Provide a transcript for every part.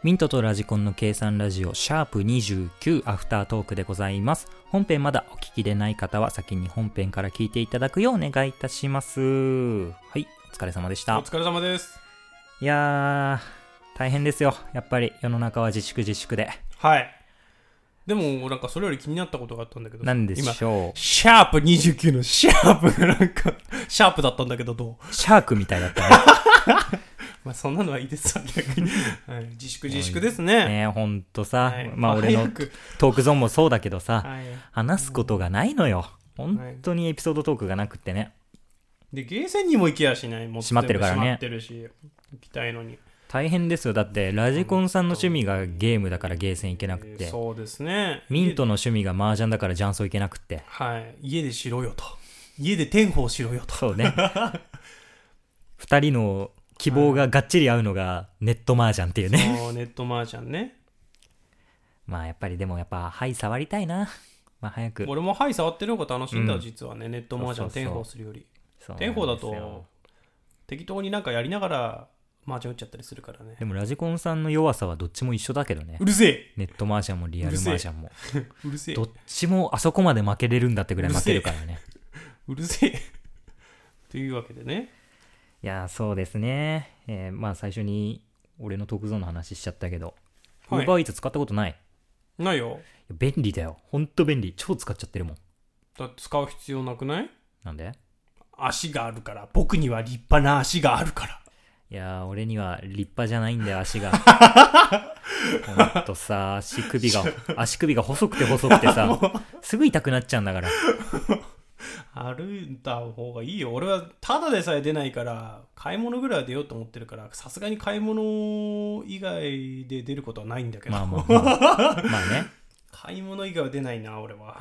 ミントとラジコンの計算ラジオシャープ29アフタートークでございます。本編まだお聞きでない方は先に本編から聞いていただくようお願いいたします。はい、お疲れ様でした。 お疲れ様です。 いやー大変ですよ。やっぱり世の中は自粛で。 はい。でもなんかそれより気になったことがあったんだけど、 なんでしょう。 シャープ29のシャープがなんかシャープだったんだけど、どう？ シャークみたいだったね。 まあそんなのはいいですわ、逆に、はい、自粛ですね。 ねえ、ほんとさ、 はい、 まあ俺のトークゾーンもそうだけどさ、 はい、 話すことがないのよ。本当にエピソードトークがなくってね。 で、ゲーセンにも行きやしない。もう閉まってるからね。 閉まってるし、行きたいのに。 大変ですよ。だってラジコンさんの趣味がゲームだからゲーセン行けなくて、 そうですね。 ミントの趣味が麻雀だから雀荘行けなくて、 はい、家でしろよと、家で天宝しろよと。 そうね。二人の希望ががっちり合うのがネット麻雀っていうね。 そう、ネット麻雀ね。 まあやっぱりでもはい触りたいな。まあ早く。 俺もはい触ってる方が楽しいんだ、 うん、 実はね。ネット麻雀天宝するより。 天宝だと適当になんかやりながら麻雀打っちゃったりするからね。 でもラジコンさんの弱さはどっちも一緒だけどね。 うるせえ。 ネット麻雀もリアル麻雀もうるせえ。 どっちもあそこまで負けれるんだってぐらい負けるからね。 うるせえ。というわけでね。 いやそうですね。まあ最初に俺のトークゾーンの話しちゃったけど、 はい、 Uber Eats使ったことない？ ないよ。 便利だよ。ほんと便利。超使っちゃってるもん。 だって使う必要なくない？なんで？ 足があるから。僕には立派な足があるから。 いや俺には立派じゃないんだよ、足が。ほんとさ、足首が細くてさ、すぐ痛くなっちゃうんだから。 歩いた方がいいよ。俺はただでさえ出ないから買い物ぐらいは出ようと思ってるから、さすがに買い物以外で出ることはないんだけど。 まあね。 買い物以外は出ないな、俺は。 うん。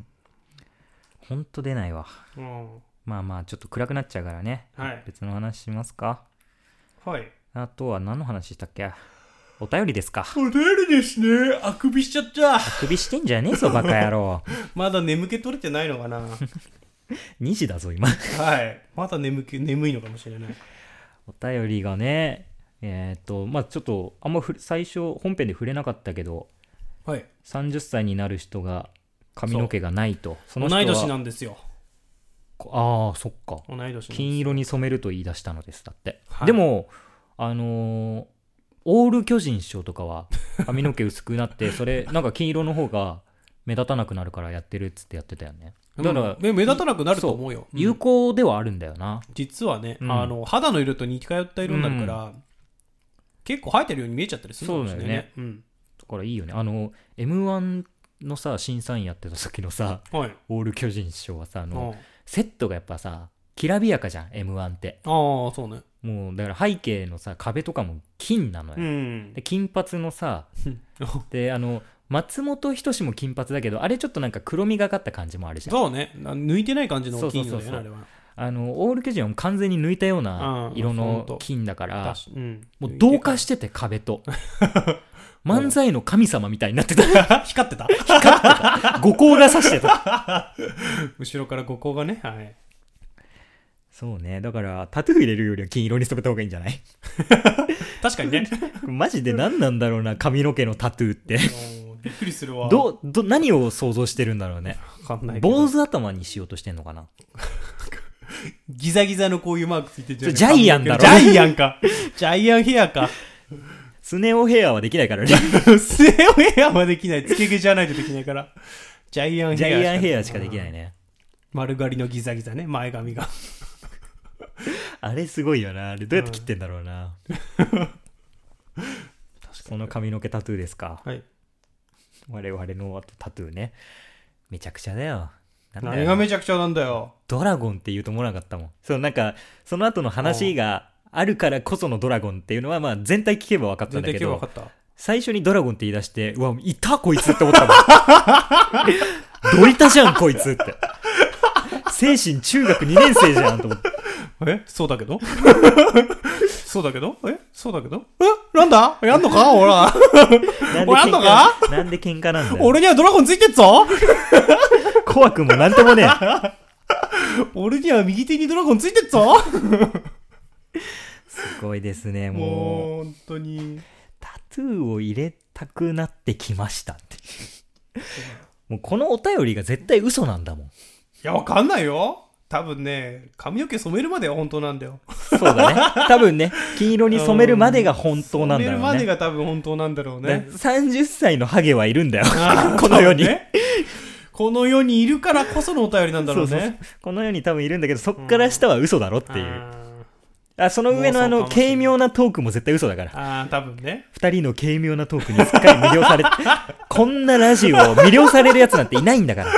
ほんと出ないわ。 うん。 まあちょっと暗くなっちゃうからね。 はい。 別の話しますか。 はい。 あとは何の話したっけ？お便りですか。 お便りですね。あくびしちゃった。 あくびしてんじゃねえぞ、バカ野郎。 まだ眠気取れてないのかな。 2時だぞ、今。 はい。まだ眠いのかもしれない。 お便りがね、まあちょっと、あんま最初、本編で触れなかったけど、 はい。 30歳になる人が髪の毛がないと。 その人は同い年なんですよ。 ああ、そっか。 同い年。 金色に染めると言い出したのです。だって。 はい、 でも、オール巨人師匠とかは髪の毛薄くなってそれなんか金色の方が目立たなくなるからやってるっつってやってたよね。だから、 目立たなくなると思うよ。 有効ではあるんだよな。 実はね、肌の色と似通った色になるから、結構生えてるように見えちゃったりするかもしれないね。 だからいいよね。M1 のさ審査員やってた時のさ、 はい、 オール巨人師匠はさセットがやっぱさきらびやかじゃん M1 って。 ああそうね。 もうだから背景のさ壁とかも金なのよ、で金髪のさで松本人志も金髪だけどあれちょっとなんか黒みがかった感じもあるじゃん。 そうね、抜いてない感じの金よね。あれはオール巨人は完全に抜いたような色の金だから、もう同化してて壁と漫才の神様みたいになってた。 光ってた五光が差してた。 後ろから五光がね。はい。 そうね。だからタトゥー入れるよりは金色に染めた方がいいんじゃない？ 確かにね。 マジで何なんだろうな、髪の毛のタトゥーって。 びっくりするわ。 何を想像してるんだろうね。 わかんないけど。 坊主頭にしようとしてんのかな。 ギザギザのこういうマークついてるジャイアンだろ。 ジャイアンか。ジャイアンヘアか。 スネ夫ヘアはできないからね。 スネ夫ヘアはできない。つけ毛じゃないとできないから。ジャイアンヘアしかできないね。 丸刈りのギザギザね、前髪が。 あれすごいよな。あれどうやって切ってんだろうな。確かに。その髪の毛タトゥーですか。 はい。 我々のタトゥーね。めちゃくちゃだよ。 何がめちゃくちゃなんだよ。 ドラゴンって言うと思わなかったもん。なんか、その後の話があるからこそのドラゴンっていうのは、まあ全体聞けば分かったんだけど、最初にドラゴンって言い出して、うわ、いたこいつって思ったもん。ドリタじゃん、こいつって。精神中学2年生じゃんと思って。 そうだけどそうだけどなんだやんのかほら。俺やんのかなんで喧嘩なんだよ。 俺にはドラゴンついてっぞ。 怖くもなんともねえ。 俺には右手にドラゴンついてっぞ。 すごいですね、もう。 本当に。 タトゥーを入れたくなってきましたってもうこのお便りが絶対嘘なんだもん。いや、わかんないよ。多分ね、髪の毛染めるまでは本当なんだよ。 そうだね。多分ね、金色に染めるまでが本当なんだろうね。 染めるまでが多分本当なんだろうね。 30歳のハゲはいるんだよ。この世に、ね。 この世にいるからこそのお便りなんだろうね。 そうこの世に多分いるんだけど、そっから下は嘘だろっていう。その上の軽妙なトークも絶対嘘だから。 多分ね。 二人の軽妙なトークにすっかり魅了されて、こんなラジオを魅了されるやつなんていないんだから。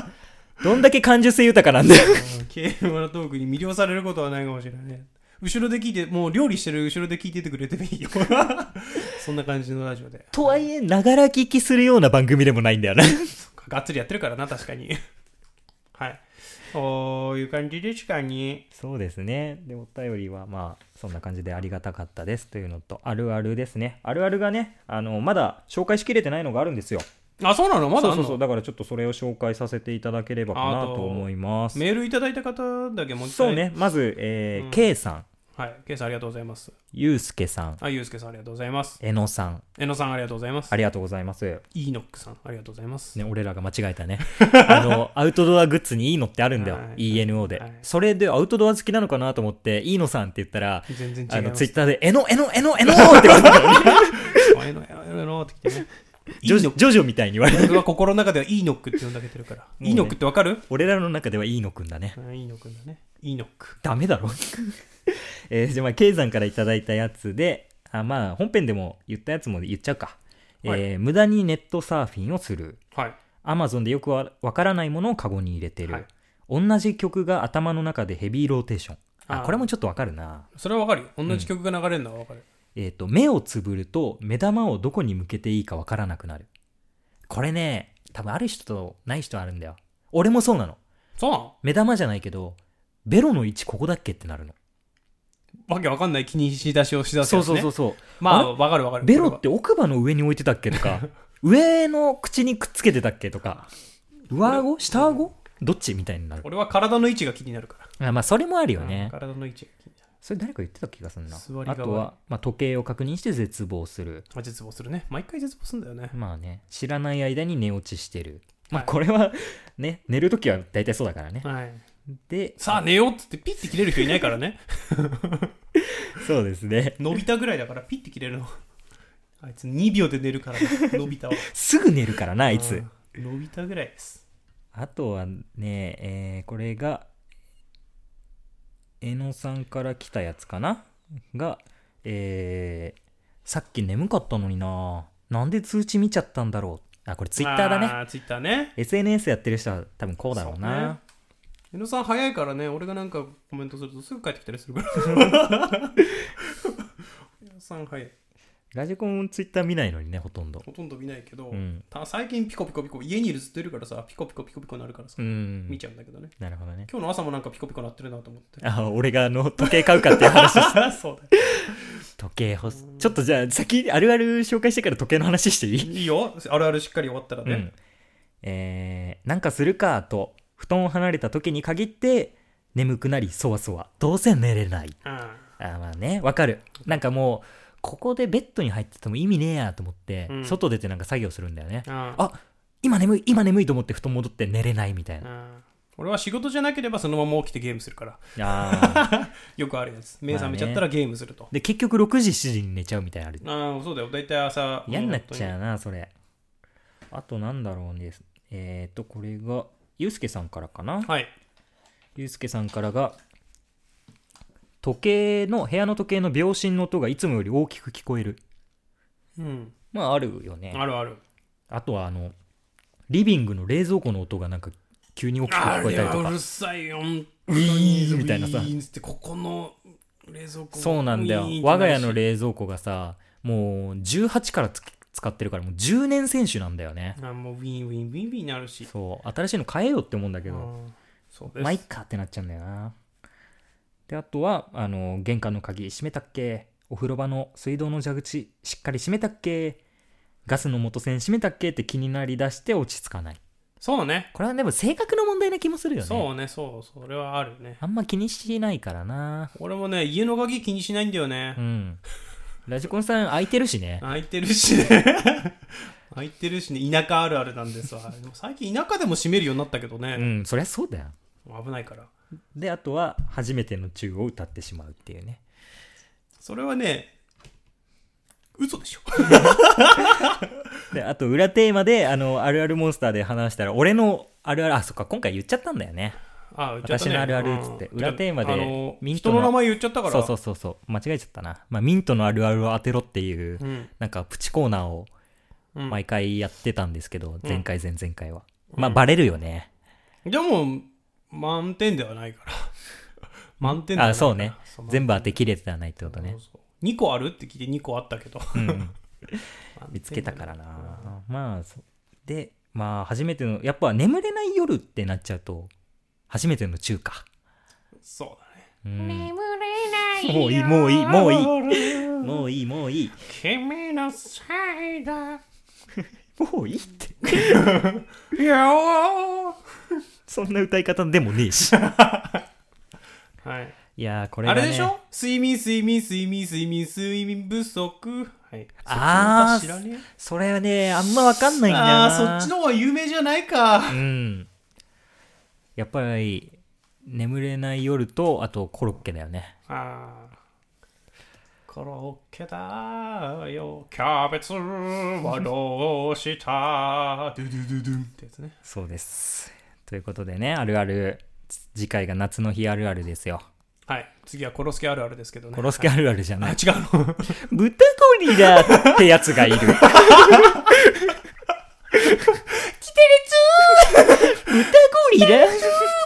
どんだけ感受性豊かなんだよ。 軽妙なトークに魅了されることはないかもしれないね。後ろで聞いて、もう料理してる後ろで聞いててくれてもいいよ。そんな感じのラジオで。 とはいえ、ながら聞きするような番組でもないんだよね。 がっつりやってるからな、確かに。はい。こういう感じですかね。 そうですね。で、お便りはまあ、そんな感じでありがたかったですというのと、あるあるですね。あるあるがね、まだ紹介しきれてないのがあるんですよ。 そうなのまだあんの？ そうだからちょっとそれを紹介させていただければかなと思います。 メールいただいた方だけもう一回。 そうね。まず、K さん。 はい。K さんありがとうございます。 ゆうすけさん。 ゆうすけさんありがとうございます。 えのさん。 えのさんありがとうございます。 ありがとうございます。 イーノックさんありがとうございます。 ね、俺らが間違えたね。アウトドアグッズにいいのってあるんだよ。ENO で。それでアウトドア好きなのかなと思って、イーノさんって言ったら、 全然違う。 ツイッターで、えのって言われたからね。 えのって来てね。 ジョジョみたいに言われる。 僕は心の中ではイーノックって呼んだけてるから。イーノックってわかる？ 俺らの中ではイーノくんだね。 イーノくんだね。イーノック。 ダメだろ。じゃあまあ、ケイさんからいただいたやつで、まあ、本編でも言ったやつも言っちゃうか。無駄にネットサーフィンをする。 はい。 Amazon でよくわからないものをカゴに入れてる。はい、同じ曲が頭の中でヘビーローテーション。これもちょっとわかるな。 それはわかるよ。同じ曲が流れるのはわかる。 目をつぶると目玉をどこに向けていいかわからなくなる。これね、多分ある人とない人あるんだよ。俺もそうなの。 そうなの？ 目玉じゃないけど、ベロの位置ここだっけってなるの。 わけわかんない気にしだしをしだすやつね。 そう。 まあ、わかるわかる。 ベロって奥歯の上に置いてたっけとか、上の口にくっつけてたっけとか、上顎下顎どっちみたいになる。 俺は体の位置が気になるから。 まあ、それもあるよね。 体の位置が気になる。 それ誰か言ってた気がするな。あとは、まあ、時計を確認して絶望する。 絶望するね。毎回絶望するんだよね。 まあね、知らない間に寝落ちしてる。まあ、これはね、寝るときは大体そうだからね。 はい。 で、 さあ寝ようっつってピッて切れる人いないからね。 そうですね。 伸びたぐらいだからピッて切れるの。あいつ2秒で寝るから、ね、伸びたは。 すぐ寝るからな、あいつ。 伸びたぐらいです。 あとはね、これが、えのさんから来たやつかなが、さっき眠かったのになんで通知見ちゃったんだろう。これツイッターだね。 ツイッターね。 SNS やってる人は多分こうだろうな。 えのさん早いからね、俺がなんかコメントするとすぐ帰ってきたりするから。えのさん早い。 ラジコンツイッター見ないのにね、ほとんど見ないけど、最近ピコピコピコ、家にいるずっといるからさ、ピコピコピコピコなるからさ、見ちゃうんだけどね。 なるほどね。 今日の朝もなんかピコピコなってるなと思って。 俺が時計買うかっていう話して。 そうだよ。 時計ちょっとじゃあ先あるある紹介してから時計の話していい？ いいよ。あるあるしっかり終わったらね。 なんかするかと布団を離れた時に限って眠くなりそわそわ。どうせ寝れない。まあね、わかる。なんかもうここでベッドに入ってても意味ねえやと思って、外出てなんか作業するんだよね。今眠いと思って布団戻って寝れないみたいな。 俺は仕事じゃなければそのまま起きてゲームするから。よくあるやつ。目覚めちゃったらゲームすると。 で、結局6時、7時に寝ちゃうみたいなのある。そうだよ。だいたい朝。 嫌になっちゃうな、それ。あとなんだろうね。これが、ゆうすけさんからかな。 はい。 ゆうすけさんからが、部屋の時計の秒針の音がいつもより大きく聞こえる。まあ、あるよね。 あるある。 あとは、リビングの冷蔵庫の音がなんか、急に大きく聞こえたりとか。 うるさいよ、みたいなさ。 ここの冷蔵庫。 そうなんだよ。我が家の冷蔵庫がさ、もう18から使ってるから、もう10年選手なんだよね。 もうウィンウィンウィンウィンになるし。 そう。新しいの買えよって思うんだけど、 そうです。 まあ、いっかってなっちゃうんだよな。で、あとは、玄関の鍵閉めたっけ？お風呂場の水道の蛇口しっかり閉めたっけ？ガスの元栓閉めたっけって気になりだして落ち着かない。 そうね。 これはでも性格の問題な気もするよね。 そうね、それはあるね。 あんま気にしないからな。 俺もね、家の鍵気にしないんだよね。 ラジコンさん空いてるしね。 空いてるしね。空いてるしね。田舎あるあるなんですわ。でも最近田舎でも閉めるようになったけどね。 うん、そりゃそうだよ。 危ないから。 で、あとは、初めてのチューを歌ってしまうっていうね。 それはね、嘘でしょ。 で、あと、裏テーマで、あるあるモンスターで話したら、俺のあるある、あ、そっか、今回言っちゃったんだよね。 あ、言っちゃったね。 私のあるあるっつって、裏テーマで、 人の名前言っちゃったから。 そう、間違えちゃったな。まあ、ミントのあるあるを当てろっていう、なんか、プチコーナーを、毎回やってたんですけど、前回、前々回は。まあ、バレるよね。 でも、満点ではないから。満点ではないから。 そうね。全部当てきれてはないってことね。 そうそう2個あるって聞いて2個あったけど。 見つけたからな。まあ、で、まあ、初めての、やっぱ眠れない夜ってなっちゃうと、初めての中華。 そうだね。眠れない夜。もういい。 君のサイダー。 もういいって。 いやー。 そんな歌い方でもねえし。 はい。 いやー、これがね。 あれでしょ？睡眠不足。はい。 あー、それはね、あんまわかんないんだよな。 そっちの方が有名じゃないか。 うん。やっぱり、眠れない夜と、あとコロッケだよね。 ああ。コロッケだよ、キャベツはどうしたドゥドゥドゥドゥンってやつね。 そうです。ということでね、あるある、次回が夏の日あるあるですよ。 はい。次はコロスケあるあるですけどね。 コロスケあるあるじゃない。 違うの。 豚ゴリラってやつがいる。キテレツ豚ゴリラがい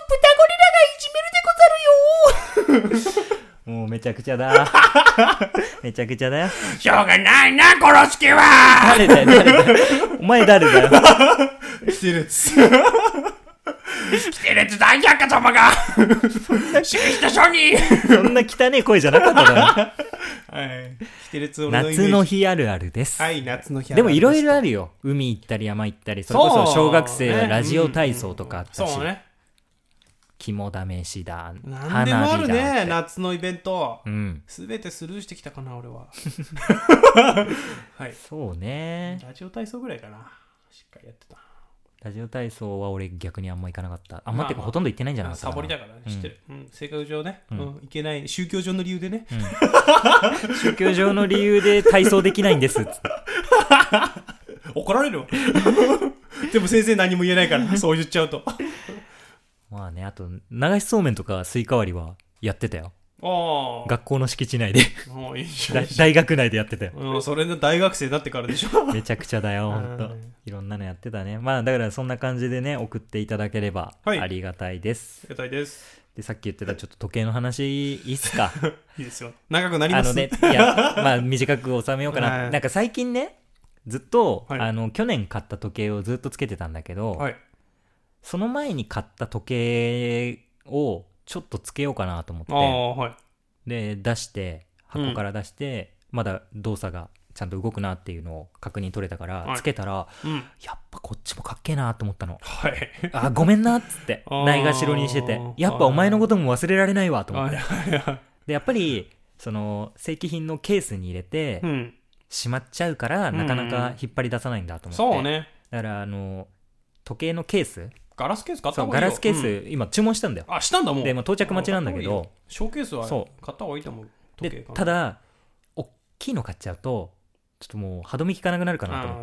じめるでござるよ。もうめちゃくちゃだ。めちゃくちゃだよ。 しょうがないな、コロスケは。 誰だよ。お前誰だよ。 キテレツ。キテレツ大百科様が示した書にそんな汚い声じゃなかっただろ。はい。キテレツ夏の日あるあるです。 はい、夏の日あるあるです。でもいろいろあるよ。海行ったり山行ったり、それこそ小学生はラジオ体操とかあったし。そうね。肝試しだ。 なんでもあるね、夏のイベント。すべてスルーしてきたかな、俺は。はい。 そうね。 ラジオ体操ぐらいかな。しっかりやってた。 ラジオ体操は俺逆にあんま行かなかった。あんまってかほとんど行ってないんじゃなかったかな。 サボりだからね、知ってる。性格上ね、行けない。宗教上の理由でね。 宗教上の理由で体操できないんです。 怒られるわ。でも先生何も言えないから、そう言っちゃうと。 まあね、あと、流しそうめんとかスイカ割りはやってたよ。学校の敷地内で大学内でやってたよ。 それの大学生だってからでしょ。 めちゃくちゃだよ、ほんと。いろんなのやってたね。まあだからそんな感じでね、送っていただければありがたいです。 ありがたいです。 で、さっき言ってたちょっと時計の話いいっすか？ いいですよ。長くなりますね。いや、まあ短く収めようかな。なんか最近ね、ずっと、去年買った時計をずっとつけてたんだけど、その前に買った時計をちょっとつけようかなと思って、で出して箱から出して、まだ動作がちゃんと動くなっていうのを確認取れたから、つけたら、やっぱこっちもかっけえなと思ったの。あ、ごめんなっつってないがしろにしてて、やっぱお前のことも忘れられないわと思って。でやっぱりその正規品のケースに入れて、しまっちゃうからなかなか引っ張り出さないんだと思って。 そうね。 だから時計のケース、 ガラスケース買った方がいいよ。 ガラスケース、今注文したんだよ。 あ、したんだもん。 で、到着待ちなんだけど。 ショーケースは買った方がいいと思う。 で、ただ、大きいの買っちゃうと、ちょっともう歯止め効かなくなるかなと思って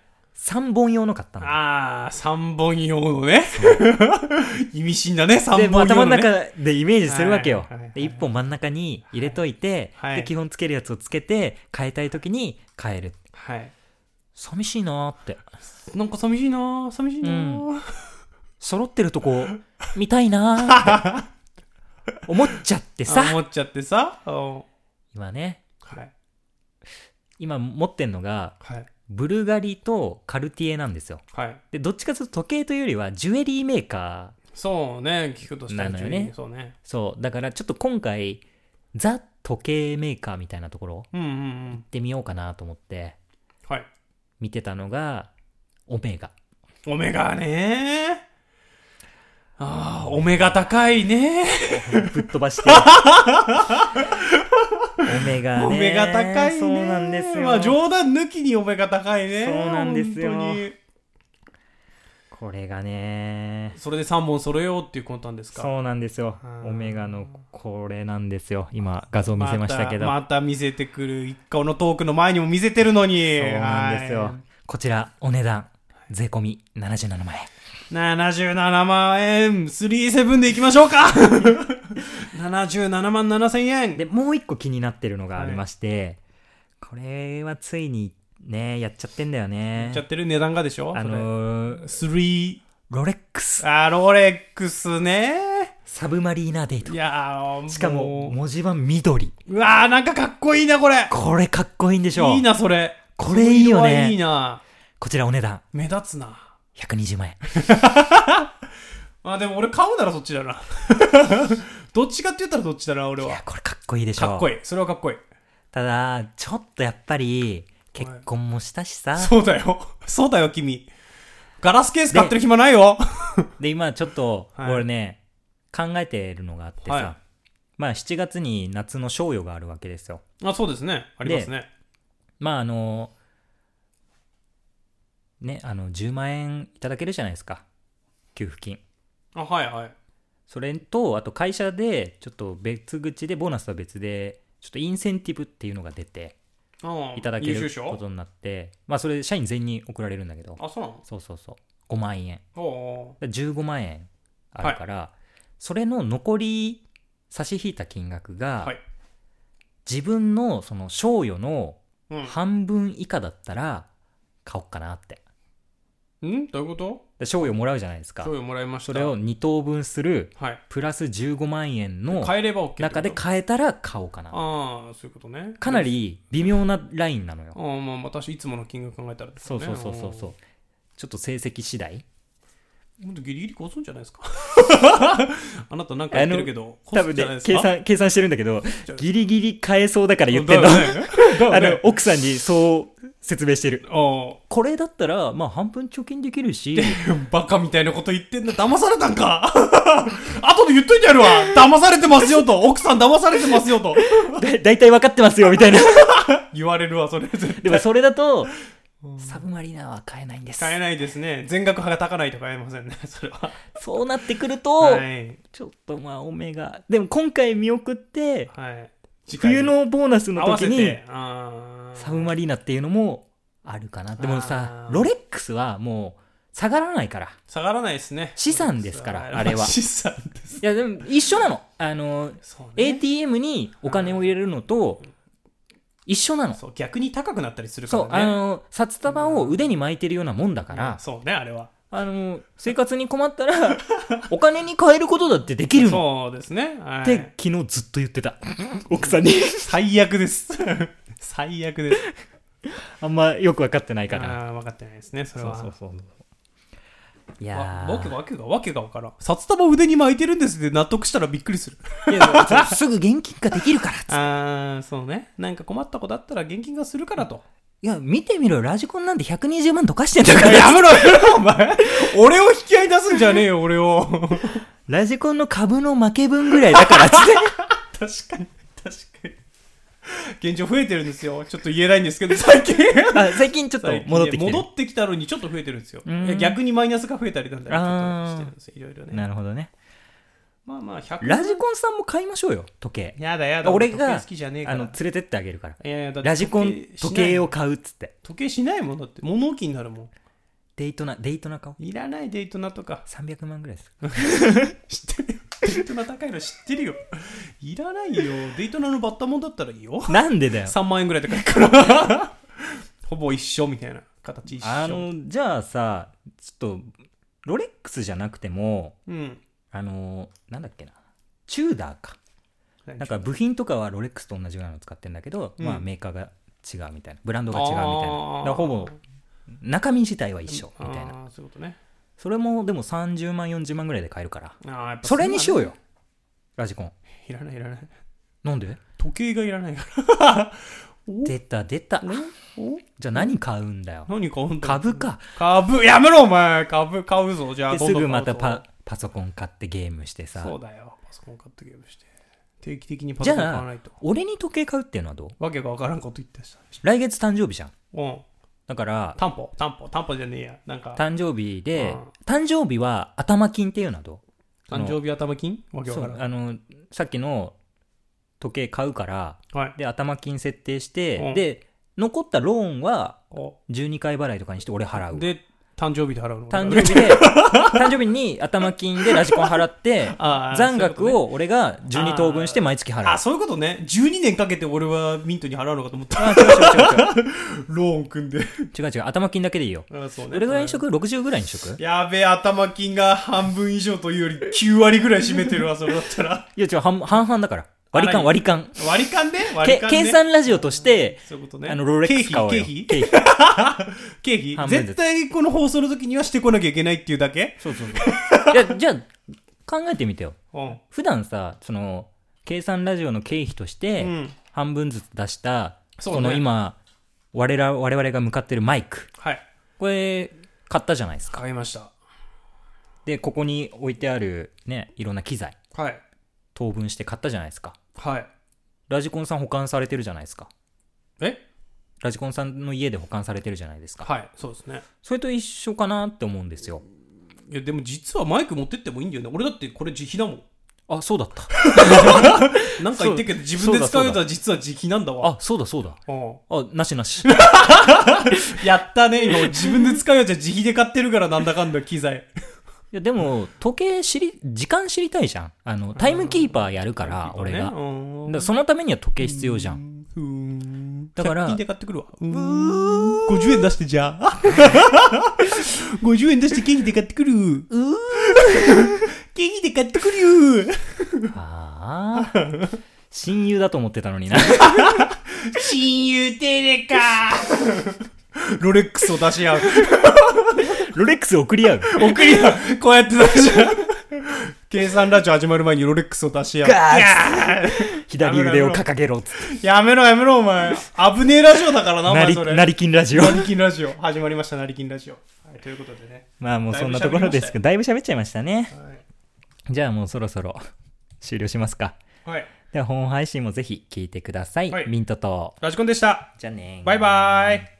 、3本用の買ったの。 ああ、3本用のね。意味深だね、3本用の、ね。 で、頭の中でイメージするわけよ。で、1本真ん中に入れといて、で、基本つけるやつをつけて、変えたいときに変える。 はい。 寂しいなーって。 なんか寂しいなー。 揃ってるとこ見たいなって思っちゃってさ。今ね、今持ってんのが、ブルガリとカルティエなんですよ。でどっちかというと時計というよりはジュエリーメーカー。 そうね、聞くとしたらジュエリー。そうね。そうだからちょっと今回ザ時計メーカーみたいなところ行ってみようかなと思って、見てたのがオメガ。 オメガねー。ああ、オメガ高いね。 ぶっ飛ばして。 オメガね。 オメガ高いね。 そうなんですよ。 まあ冗談抜きにオメガ高いね。 そうなんですよ。 本当にこれがね。 それで3本揃えようっていう魂胆ですか。 そうなんですよ。オメガのこれなんですよ。今画像見せましたけど。 また見せてくる。一個のトークの前にも見せてるのに。 そうなんですよ。こちらお値段税込み77万円。 77万円37でいきましょうか77万7千円で、もう一個気になってるのがありまして、これはついにね、やっちゃってんだよね。 やっちゃってる値段がでしょ3 ロレックス。 ロレックスね。 サブマリーナデート。 いやしかも、文字盤緑。 うわー、なんかかっこいいな、これ。 これかっこいいんでしょ。 いいな、それ。 これいいよね。 いいな。 こちらお値段。 目立つな。 120万円。 まあでも俺買うならそっちだな。どっちかって言ったらどっちだな、俺は。いや、 これかっこいいでしょ。 かっこいい。それはかっこいい。 ただ、ちょっとやっぱり、結婚もしたしさ。 そうだよ。そうだよ、君。ガラスケース買ってる暇ないよ。 で、今ちょっと、俺ね、考えてるのがあってさ、まあ7月に夏の賞与があるわけですよ。 あ、そうですね。ありますね。 まあね、10万円いただけるじゃないですか。給付金。 あ、はいはい。 それと、あと会社で、ちょっと別口で、ボーナスとは別で、ちょっとインセンティブっていうのが出て、いただけることになって、まあそれ社員全員に送られるんだけど、 あ、そうなの？ そうそうそう。5万円。 お 15万円あるから、それの残り差し引いた金額が、自分のその賞与の半分以下だったら買おうかなって。 どういうこと？ 賞与もらうじゃないですか。 賞与もらいました。 それを2等分する、プラス15万円の中で買えたら買おうかな。 ああ、そういうことね。 かなり微妙なラインなのよ。 まあ私いつもの金額考えたらですね。そう。ちょっと成績次第。 ほんとギリギリ越すんじゃないですか。あなたなんか言ってるけど、 多分ね、計算してるんだけど、ギリギリ買えそうだから言ってんの。奥さんにそう説明してる。これだったら、まあ半分貯金できるし。 バカみたいなこと言ってんだ。騙されたんか。後で言っといてやるわ。騙されてますよと。奥さん騙されてますよと。 だいたい分かってますよみたいな。 言われるわ、それ絶対。 でもそれだと、サブマリーナーは買えないんです。 買えないですね。全額が高ないと買えませんね、それは。 そうなってくると、ちょっとまあオメガ。でも今回見送って、冬のボーナスの時に、サブマリーナっていうのもあるかな。でもさ、ロレックスはもう下がらないから。 下がらないですね。 資産ですから、あれは。 資産です。 いや、でも一緒なの。ATM にお金を入れるのと、一緒なの。 そう、逆に高くなったりするからね。 そう、札束を腕に巻いてるようなもんだから。 そうね、あれは。 生活に困ったら、お金に換えることだってできるの。 そうですね。 って昨日ずっと言ってた。奥さんに。 最悪です。最悪です。 あんまよく分かってないかな。 分かってないですね、それは。 そう。いやわけが分からん。札束腕に巻いてるんですって納得したらびっくりする。 いやすぐ現金化できるからっつって。 そうね。なんか困ったことあったら現金化するからと。 いや、見てみろよ。ラジコンなんて120万溶かしてんだから。 やめろお前。俺を引き合い出すんじゃねえよ、俺を。 ラジコンの株の負け分ぐらいだからっつって。 確かに。現状増えてるんですよ。ちょっと言えないんですけど、最近。 最近ちょっと戻ってきてる。 戻ってきたのにちょっと増えてるんですよ。逆にマイナスが増えたりなんだりちょっとしてるんですよ。いろいろね。 なるほどね。 まあラジコンさんも買いましょうよ、時計。 やだ。 俺が好きじゃねえから連れてってあげるから。 いやラジコン時計を買うっつって。 時計しないもんだって。物置になるもん。 デイトナ買おう。 いらないデイトナとか。 300万ぐらいです。 知ってるよ。デイトナ高いの知ってるよ。いらないよ。デイトナのバッタモンだったらいいよ。 なんでだよ。 3万円ぐらいで買うから。ほぼ一緒みたいな形一緒。 じゃあさ、ちょっと、ロレックスじゃなくても、なんだっけな。チューダーか。なんか部品とかはロレックスと同じようなの使ってるんだけど、まあメーカーが違うみたいな。ブランドが違うみたいな。だからほぼ、中身自体は一緒みたいな。 そういうことね。 それもでも30万40万ぐらいで買えるから、それにしようよ、ラジコン。 いらない。 なんで？ 時計がいらないから出たじゃあ何買うんだよ。 何買うんだよ。 株か。 株やめろお前。株買うぞ。じゃあすぐまたパソコン買ってゲームしてさ。 そうだよ。パソコン買ってゲームして定期的にパソコン買わないと。 じゃあ俺に時計買うっていうのはどう？ わけがわからんこと言ってた。 来月誕生日じゃん。 うん。 だから担保じゃねえや。なんか誕生日で、誕生日は頭金っていうのはどう？ 誕生日頭金？わけわからん。 さっきの時計買うから、 はい、 で頭金設定して、で残ったローンは12回払いとかにして俺払う。 で誕生日で払うの？ 誕生日に頭金でラジコン払って残額を俺が12等分して毎月払う。 そういうことね。12年かけて俺はミントに払うのかと思った。 違うローン組んで。 違う頭金だけでいいよ。 そうね、 どれぐらいにしとく？60ぐらいにしとく？ やべえ、頭金が半分以上というより9割ぐらい占めてるわ、それだったら。 いや違う、半々だから。割り勘ね。 計算ラジオとして、 そういうことね、 ロレックス買おうよ。 経費絶対この放送の時にはしてこなきゃいけないっていうだけ？ そう。いや、じゃあ、考えてみてよ。普段さ、計算ラジオの経費として、半分ずつ出した、この今、我々が向かってるマイク。 はい。 これ、買ったじゃないですか。 買いました。 で、ここに置いてある、ね、いろんな機材。 はい。 等分して買ったじゃないですか。 はい。 ラジコンさん保管されてるじゃないですか。 え？ ラジコンさんの家で保管されてるじゃないですか。 はい、そうですね。 それと一緒かなって思うんですよ。 いや、でも実はマイク持ってってもいいんだよね。俺だってこれ自費だもん。 あ、そうだった。 なんか言ってるけど自分で使うやつは実は自費なんだわ。 あ、そうだ。なし。 やったね。今自分で使うやつは自費で買ってるからなんだかんだ機材。 いやでも時計時間知りたいじゃん。タイムキーパーやるから俺が。だからそのためには時計必要じゃん。だから 100均で買ってくるわ。50円出してじゃあ。50円出して経費で買ってくる。経費で買ってくるよ。 ああ。親友だと思ってたのにな。 親友テレか。ロレックスを出し合う。 ロレックス送り合う。 こうやって出し合う。計算ラジオ始まる前にロレックスを出し合う。 左腕を掲げろっつって。やめろお前。危ねえラジオだからな、お前それ。 成金ラジオ。 始まりました、成金ラジオ。はい、ということでね。 まあもうそんなところですけど、だいぶ喋っちゃいましたね。はい、じゃあもうそろそろ終了しますか。 はい。 では本配信もぜひ聞いてください。はい、ミントとラジコンでした。 じゃあね。 バイバーイ。